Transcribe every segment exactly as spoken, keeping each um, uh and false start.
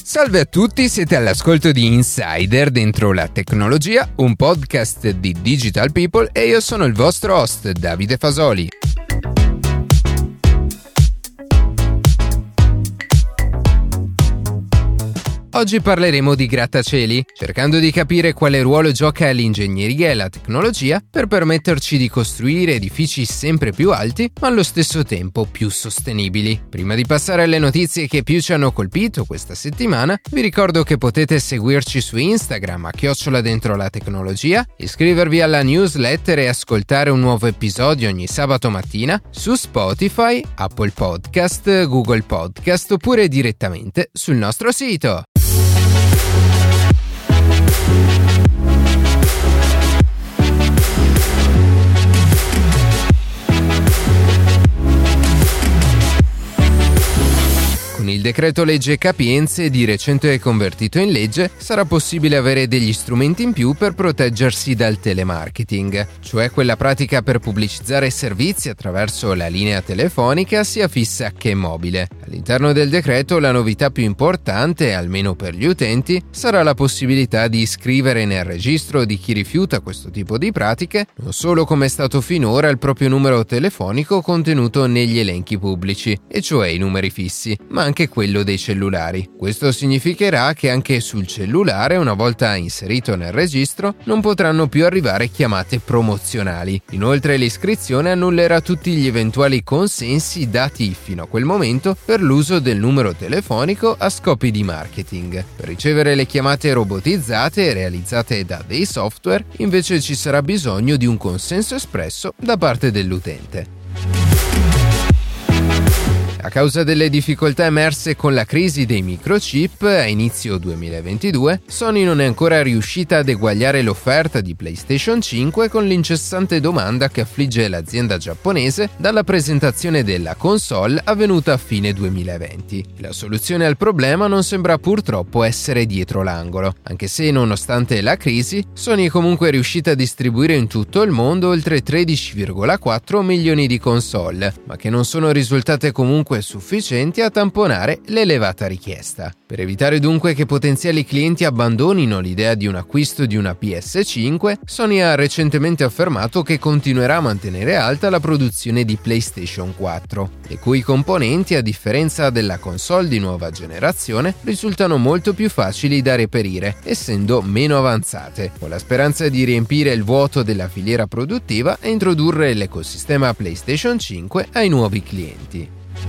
Salve a tutti, siete all'ascolto di Insider dentro la tecnologia, un podcast di Digital People e io sono il vostro host Davide Fasoli. Oggi parleremo di grattacieli, cercando di capire quale ruolo gioca l'ingegneria e la tecnologia per permetterci di costruire edifici sempre più alti, ma allo stesso tempo più sostenibili. Prima di passare alle notizie che più ci hanno colpito questa settimana, vi ricordo che potete seguirci su Instagram a chiocciola dentro la tecnologia, iscrivervi alla newsletter e ascoltare un nuovo episodio ogni sabato mattina su Spotify, Apple Podcast, Google Podcast oppure direttamente sul nostro sito. Con il decreto legge capienze, di recente convertito in legge, sarà possibile avere degli strumenti in più per proteggersi dal telemarketing, cioè quella pratica per pubblicizzare servizi attraverso la linea telefonica sia fissa che mobile. All'interno del decreto la novità più importante, almeno per gli utenti, sarà la possibilità di iscrivere nel registro di chi rifiuta questo tipo di pratiche non solo come è stato finora il proprio numero telefonico contenuto negli elenchi pubblici, e cioè i numeri fissi, ma anche anche quello dei cellulari. Questo significherà che anche sul cellulare, una volta inserito nel registro, non potranno più arrivare chiamate promozionali. Inoltre l'iscrizione annullerà tutti gli eventuali consensi dati fino a quel momento per l'uso del numero telefonico a scopi di marketing. Per ricevere le chiamate robotizzate realizzate da dei software, invece ci sarà bisogno di un consenso espresso da parte dell'utente. A causa delle difficoltà emerse con la crisi dei microchip a inizio duemilaventidue, Sony non è ancora riuscita ad eguagliare l'offerta di PlayStation cinque con l'incessante domanda che affligge l'azienda giapponese dalla presentazione della console avvenuta a fine duemilaventi. La soluzione al problema non sembra purtroppo essere dietro l'angolo, anche se nonostante la crisi, Sony è comunque riuscita a distribuire in tutto il mondo oltre tredici virgola quattro milioni di console, ma che non sono risultate comunque sufficienti a tamponare l'elevata richiesta. Per evitare dunque che potenziali clienti abbandonino l'idea di un acquisto di una P S cinque, Sony ha recentemente affermato che continuerà a mantenere alta la produzione di PlayStation quattro, le cui componenti, a differenza della console di nuova generazione, risultano molto più facili da reperire, essendo meno avanzate, con la speranza di riempire il vuoto della filiera produttiva e introdurre l'ecosistema PlayStation cinque ai nuovi clienti.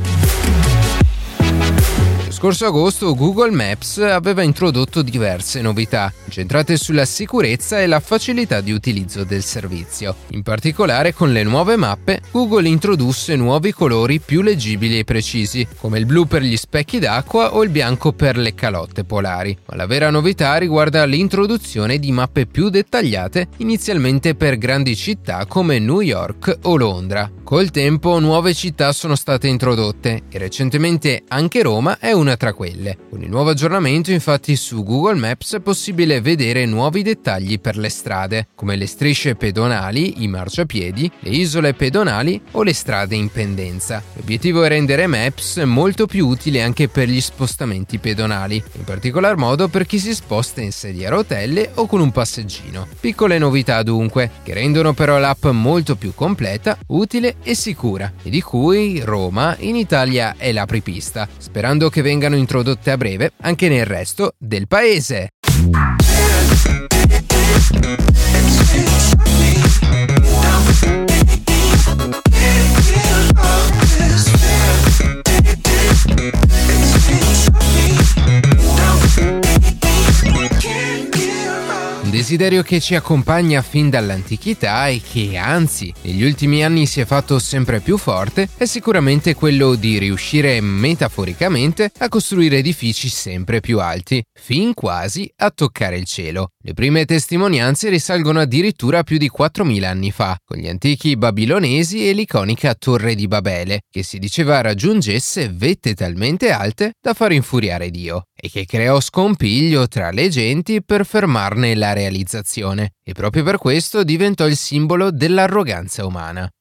Lo scorso agosto Google Maps aveva introdotto diverse novità, centrate sulla sicurezza e la facilità di utilizzo del servizio. In particolare, con le nuove mappe, Google introdusse nuovi colori più leggibili e precisi, come il blu per gli specchi d'acqua o il bianco per le calotte polari. Ma la vera novità riguarda l'introduzione di mappe più dettagliate, inizialmente per grandi città come New York o Londra. Col tempo nuove città sono state introdotte e recentemente anche Roma è una tra quelle. Con il nuovo aggiornamento, infatti, su Google Maps è possibile vedere nuovi dettagli per le strade, come le strisce pedonali, i marciapiedi, le isole pedonali o le strade in pendenza. L'obiettivo è rendere Maps molto più utile anche per gli spostamenti pedonali, in particolar modo per chi si sposta in sedia a rotelle o con un passeggino. Piccole novità dunque, che rendono però l'app molto più completa, utile e sicura, e di cui Roma in Italia è l'apripista, sperando che vengano introdotte a breve anche nel resto del paese. desiderio che ci accompagna fin dall'antichità e che, anzi, negli ultimi anni si è fatto sempre più forte, è sicuramente quello di riuscire metaforicamente a costruire edifici sempre più alti, fin quasi a toccare il cielo. Le prime testimonianze risalgono addirittura a più di quattromila anni fa, con gli antichi babilonesi e l'iconica Torre di Babele, che si diceva raggiungesse vette talmente alte da far infuriare Dio, e che creò scompiglio tra le genti per fermarne la realizzazione, e proprio per questo diventò il simbolo dell'arroganza umana.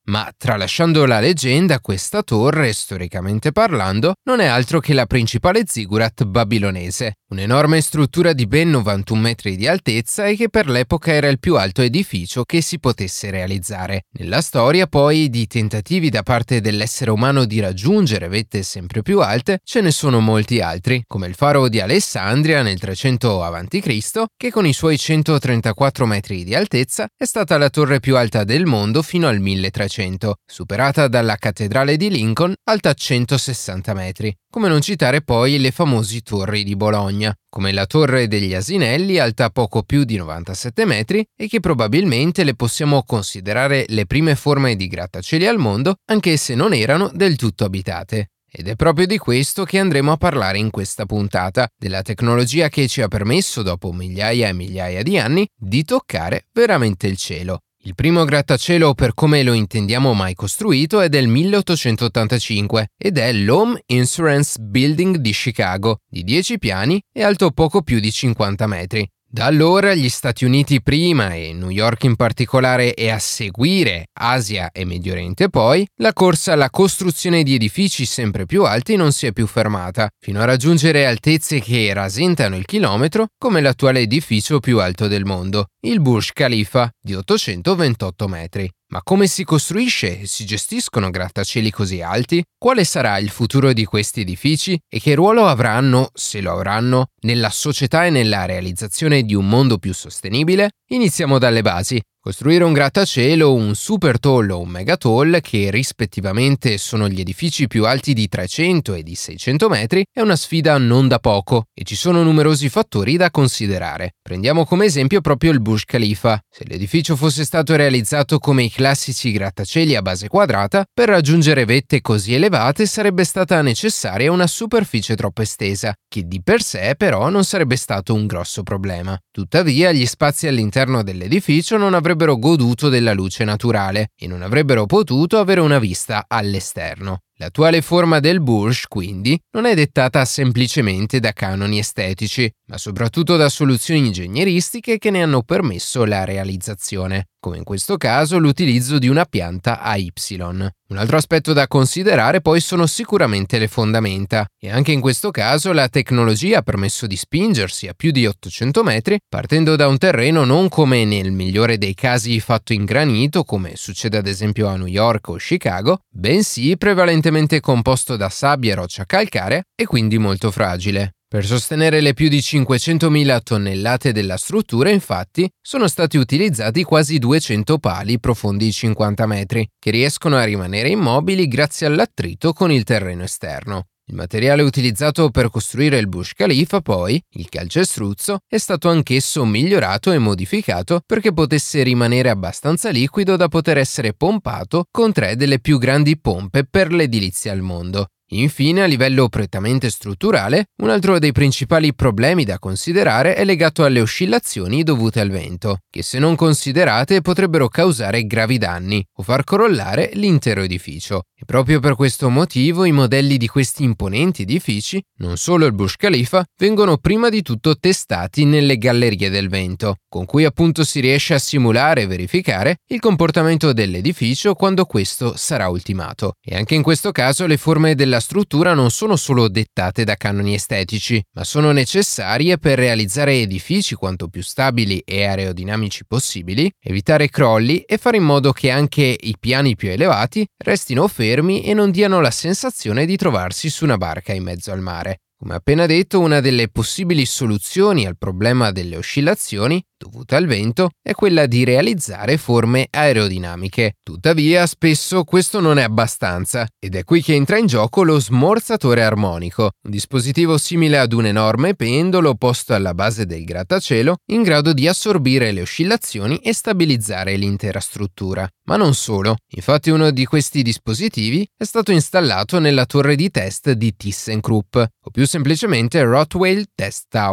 Ma tralasciando la leggenda, questa torre, storicamente parlando, non è altro che la principale ziggurat babilonese, un'enorme struttura di ben novantuno metri di altezza e che per l'epoca era il più alto edificio che si potesse realizzare. Nella storia, poi, di tentativi da parte dell'essere umano di raggiungere vette sempre più alte, ce ne sono molti altri, come il faro di Alessandria nel trecento avanti Cristo, che con i suoi centotrentaquattro metri di altezza è stata la torre più alta del mondo fino al milletrecento, superata dalla cattedrale di Lincoln, alta centosessanta metri. Come non citare poi le famose torri di Bologna, come la Torre degli Asinelli, alta poco più di novantasette metri e che probabilmente le possiamo considerare le prime forme di grattacieli al mondo, anche se non erano del tutto abitate. Ed è proprio di questo che andremo a parlare in questa puntata, della tecnologia che ci ha permesso, dopo migliaia e migliaia di anni, di toccare veramente il cielo. Il primo grattacielo, per come lo intendiamo mai costruito, è del milleottocentottantacinque ed è l'Home Insurance Building di Chicago, di dieci piani e alto poco più di cinquanta metri. Da allora gli Stati Uniti prima e New York in particolare e a seguire Asia e Medio Oriente poi, la corsa alla costruzione di edifici sempre più alti non si è più fermata, fino a raggiungere altezze che rasentano il chilometro come l'attuale edificio più alto del mondo, il Burj Khalifa, di ottocentoventotto metri. Ma come si costruisce e si gestiscono grattacieli così alti? Quale sarà il futuro di questi edifici e che ruolo avranno, se lo avranno, nella società e nella realizzazione di un mondo più sostenibile? Iniziamo dalle basi. Costruire un grattacielo, un super tall o un mega tall, che rispettivamente sono gli edifici più alti di trecento e di seicento metri, è una sfida non da poco e ci sono numerosi fattori da considerare. Prendiamo come esempio proprio il Burj Khalifa. Se l'edificio fosse stato realizzato come i classici grattacieli a base quadrata, per raggiungere vette così elevate sarebbe stata necessaria una superficie troppo estesa, che di per sé però non sarebbe stato un grosso problema. Tuttavia, gli spazi all'interno dell'edificio non avrebbero avrebbero goduto della luce naturale e non avrebbero potuto avere una vista all'esterno. L'attuale forma del Burj, quindi, non è dettata semplicemente da canoni estetici, ma soprattutto da soluzioni ingegneristiche che ne hanno permesso la realizzazione, come in questo caso l'utilizzo di una pianta a Y. Un altro aspetto da considerare poi sono sicuramente le fondamenta, e anche in questo caso la tecnologia ha permesso di spingersi a più di ottocento metri, partendo da un terreno non come nel migliore dei casi fatto in granito, come succede ad esempio a New York o Chicago, bensì prevalentemente composto da sabbia e roccia calcarea e quindi molto fragile. Per sostenere le più di cinquecentomila tonnellate della struttura, infatti, sono stati utilizzati quasi duecento pali profondi cinquanta metri, che riescono a rimanere immobili grazie all'attrito con il terreno esterno. Il materiale utilizzato per costruire il Burj Khalifa, poi, il calcestruzzo, è stato anch'esso migliorato e modificato perché potesse rimanere abbastanza liquido da poter essere pompato con tre delle più grandi pompe per l'edilizia al mondo. Infine, a livello prettamente strutturale, un altro dei principali problemi da considerare è legato alle oscillazioni dovute al vento, che se non considerate potrebbero causare gravi danni o far crollare l'intero edificio. E proprio per questo motivo i modelli di questi imponenti edifici, non solo il Burj Khalifa, vengono prima di tutto testati nelle gallerie del vento, con cui appunto si riesce a simulare e verificare il comportamento dell'edificio quando questo sarà ultimato. E anche in questo caso le forme della struttura non sono solo dettate da canoni estetici, ma sono necessarie per realizzare edifici quanto più stabili e aerodinamici possibili, evitare crolli e fare in modo che anche i piani più elevati restino fermi e non diano la sensazione di trovarsi su una barca in mezzo al mare. Come appena detto, una delle possibili soluzioni al problema delle oscillazioni dovute al vento è quella di realizzare forme aerodinamiche. Tuttavia, spesso questo non è abbastanza ed è qui che entra in gioco lo smorzatore armonico, un dispositivo simile ad un enorme pendolo posto alla base del grattacielo in grado di assorbire le oscillazioni e stabilizzare l'intera struttura. Ma non solo, infatti uno di questi dispositivi è stato installato nella torre di test di ThyssenKrupp, o più semplicemente Rockwell Test Tower.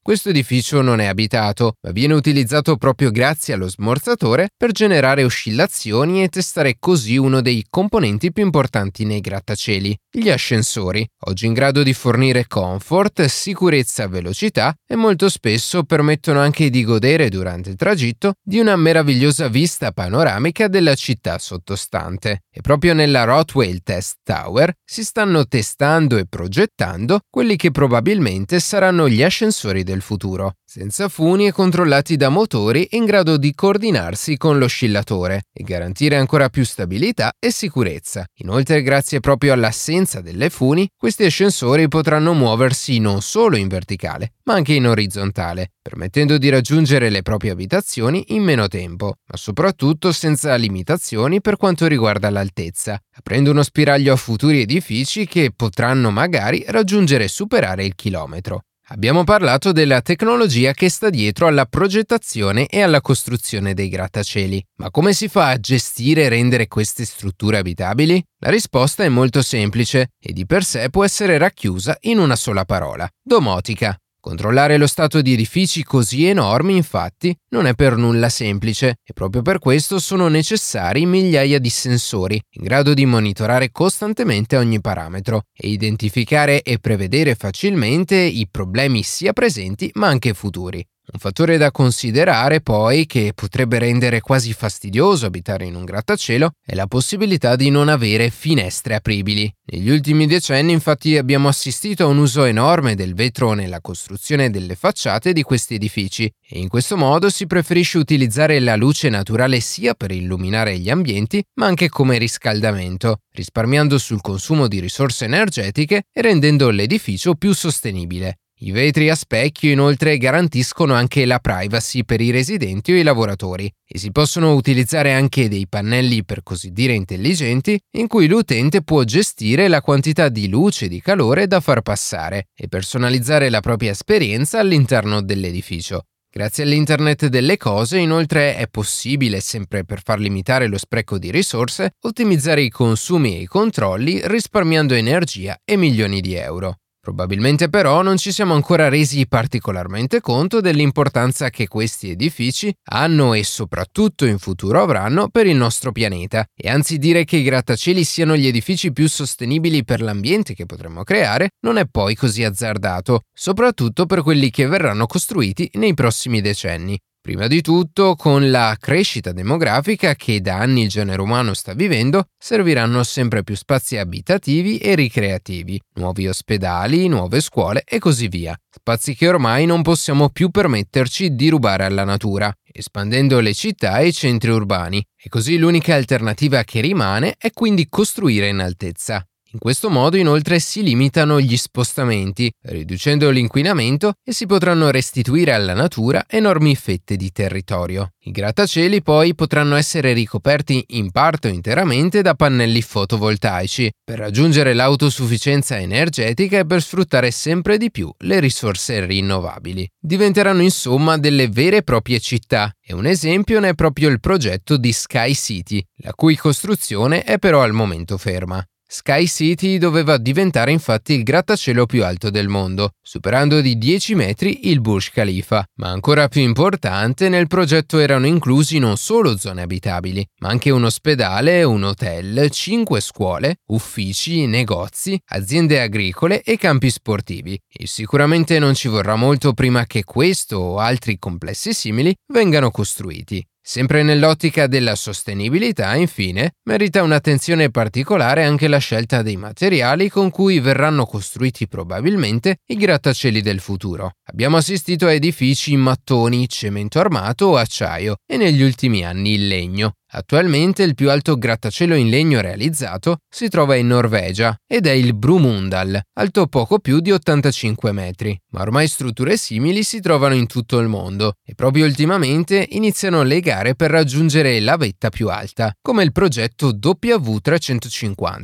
questo edificio non è abitato, ma viene utilizzato proprio grazie allo smorzatore per generare oscillazioni e testare così uno dei componenti più importanti nei grattacieli, gli ascensori, oggi in grado di fornire comfort, sicurezza, velocità e molto spesso permettono anche di godere durante il tragitto di una meravigliosa vista panoramica della città sottostante. E proprio nella Rothwell Test Tower si stanno testando e progettando quelli che probabilmente saranno gli ascensori del futuro, senza funi e controllati da motori in grado di coordinarsi con l'oscillatore e garantire ancora più stabilità e sicurezza. Inoltre, grazie proprio all'assenza delle funi, questi ascensori potranno muoversi non solo in verticale, ma anche in orizzontale, permettendo di raggiungere le proprie abitazioni in meno tempo, ma soprattutto senza limitazioni per quanto riguarda l'altezza, aprendo uno spiraglio a futuri edifici che potranno magari raggiungere e superare il chilometro. Abbiamo parlato della tecnologia che sta dietro alla progettazione e alla costruzione dei grattacieli. Ma come si fa a gestire e rendere queste strutture abitabili? La risposta è molto semplice e di per sé può essere racchiusa in una sola parola: domotica. Controllare lo stato di edifici così enormi, infatti, non è per nulla semplice e proprio per questo sono necessari migliaia di sensori in grado di monitorare costantemente ogni parametro e identificare e prevedere facilmente i problemi sia presenti ma anche futuri. Un fattore da considerare, poi, che potrebbe rendere quasi fastidioso abitare in un grattacielo, è la possibilità di non avere finestre apribili. Negli ultimi decenni, infatti, abbiamo assistito a un uso enorme del vetro nella costruzione delle facciate di questi edifici e in questo modo si preferisce utilizzare la luce naturale sia per illuminare gli ambienti, ma anche come riscaldamento, risparmiando sul consumo di risorse energetiche e rendendo l'edificio più sostenibile. I vetri a specchio inoltre garantiscono anche la privacy per i residenti o i lavoratori e si possono utilizzare anche dei pannelli per così dire intelligenti in cui l'utente può gestire la quantità di luce e di calore da far passare e personalizzare la propria esperienza all'interno dell'edificio. Grazie all'Internet delle cose, inoltre, è possibile, sempre per far limitare lo spreco di risorse, ottimizzare i consumi e i controlli risparmiando energia e milioni di euro. Probabilmente però non ci siamo ancora resi particolarmente conto dell'importanza che questi edifici hanno e soprattutto in futuro avranno per il nostro pianeta, e anzi dire che i grattacieli siano gli edifici più sostenibili per l'ambiente che potremmo creare non è poi così azzardato, soprattutto per quelli che verranno costruiti nei prossimi decenni. Prima di tutto, con la crescita demografica che da anni il genere umano sta vivendo, serviranno sempre più spazi abitativi e ricreativi, nuovi ospedali, nuove scuole e così via. Spazi che ormai non possiamo più permetterci di rubare alla natura, espandendo le città e i centri urbani. E così l'unica alternativa che rimane è quindi costruire in altezza. In questo modo inoltre si limitano gli spostamenti, riducendo l'inquinamento e si potranno restituire alla natura enormi fette di territorio. I grattacieli poi potranno essere ricoperti in parte o interamente da pannelli fotovoltaici per raggiungere l'autosufficienza energetica e per sfruttare sempre di più le risorse rinnovabili. Diventeranno insomma delle vere e proprie città e un esempio ne è proprio il progetto di Sky City, la cui costruzione è però al momento ferma. Sky City doveva diventare infatti il grattacielo più alto del mondo, superando di dieci metri il Burj Khalifa, ma ancora più importante, nel progetto erano inclusi non solo zone abitabili, ma anche un ospedale, un hotel, cinque scuole, uffici, negozi, aziende agricole e campi sportivi. E sicuramente non ci vorrà molto prima che questo o altri complessi simili vengano costruiti. Sempre nell'ottica della sostenibilità, infine, merita un'attenzione particolare anche la scelta dei materiali con cui verranno costruiti probabilmente i grattacieli del futuro. Abbiamo assistito a edifici in mattoni, cemento armato o acciaio e negli ultimi anni in legno. Attualmente il più alto grattacielo in legno realizzato si trova in Norvegia ed è il Brumunddal, alto poco più di ottantacinque metri, ma ormai strutture simili si trovano in tutto il mondo e proprio ultimamente iniziano le gare per raggiungere la vetta più alta, come il progetto W trecentoscinquanta,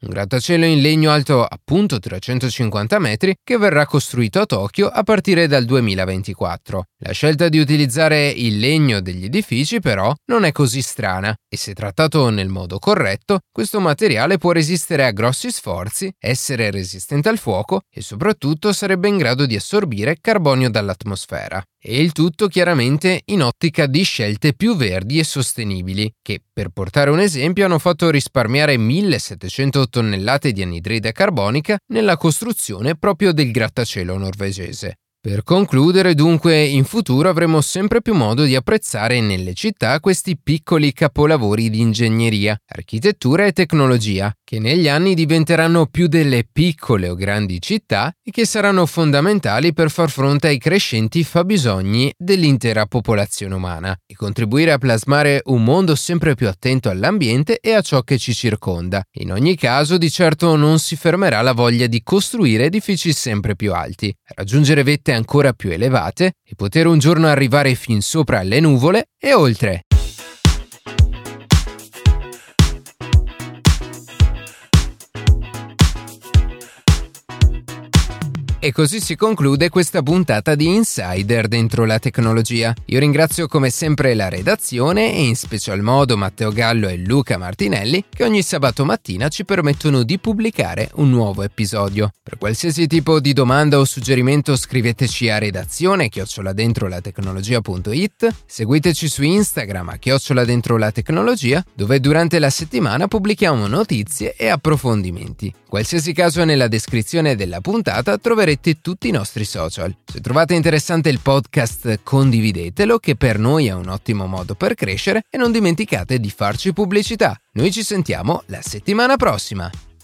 un grattacielo in legno alto appunto trecentocinquanta metri che verrà costruito a Tokyo a partire dal duemilaventiquattro. La scelta di utilizzare il legno degli edifici però non è così strana e se trattato nel modo corretto, questo materiale può resistere a grossi sforzi, essere resistente al fuoco e soprattutto sarebbe in grado di assorbire carbonio dall'atmosfera. E il tutto chiaramente in ottica di scelte più verdi e sostenibili, che, per portare un esempio, hanno fatto risparmiare millesettecento tonnellate di anidride carbonica nella costruzione proprio del grattacielo norvegese. Per concludere, dunque, in futuro avremo sempre più modo di apprezzare nelle città questi piccoli capolavori di ingegneria, architettura e tecnologia, che negli anni diventeranno più delle piccole o grandi città e che saranno fondamentali per far fronte ai crescenti fabbisogni dell'intera popolazione umana e contribuire a plasmare un mondo sempre più attento all'ambiente e a ciò che ci circonda. In ogni caso, di certo non si fermerà la voglia di costruire edifici sempre più alti, raggiungere vette ancora più elevate e poter un giorno arrivare fin sopra le nuvole e oltre. E così si conclude questa puntata di Insider dentro la tecnologia. Io ringrazio come sempre la redazione e in special modo Matteo Gallo e Luca Martinelli che ogni sabato mattina ci permettono di pubblicare un nuovo episodio. Per qualsiasi tipo di domanda o suggerimento scriveteci a redazione chiocciola dentro la tecnologia punto it, seguiteci su Instagram a chiocciola dentro la tecnologia dove durante la settimana pubblichiamo notizie e approfondimenti. Qualsiasi caso nella descrizione della puntata troverete tutti i nostri social. Se trovate interessante il podcast, condividetelo, che per noi è un ottimo modo per crescere, e non dimenticate di farci pubblicità. Noi ci sentiamo la settimana prossima.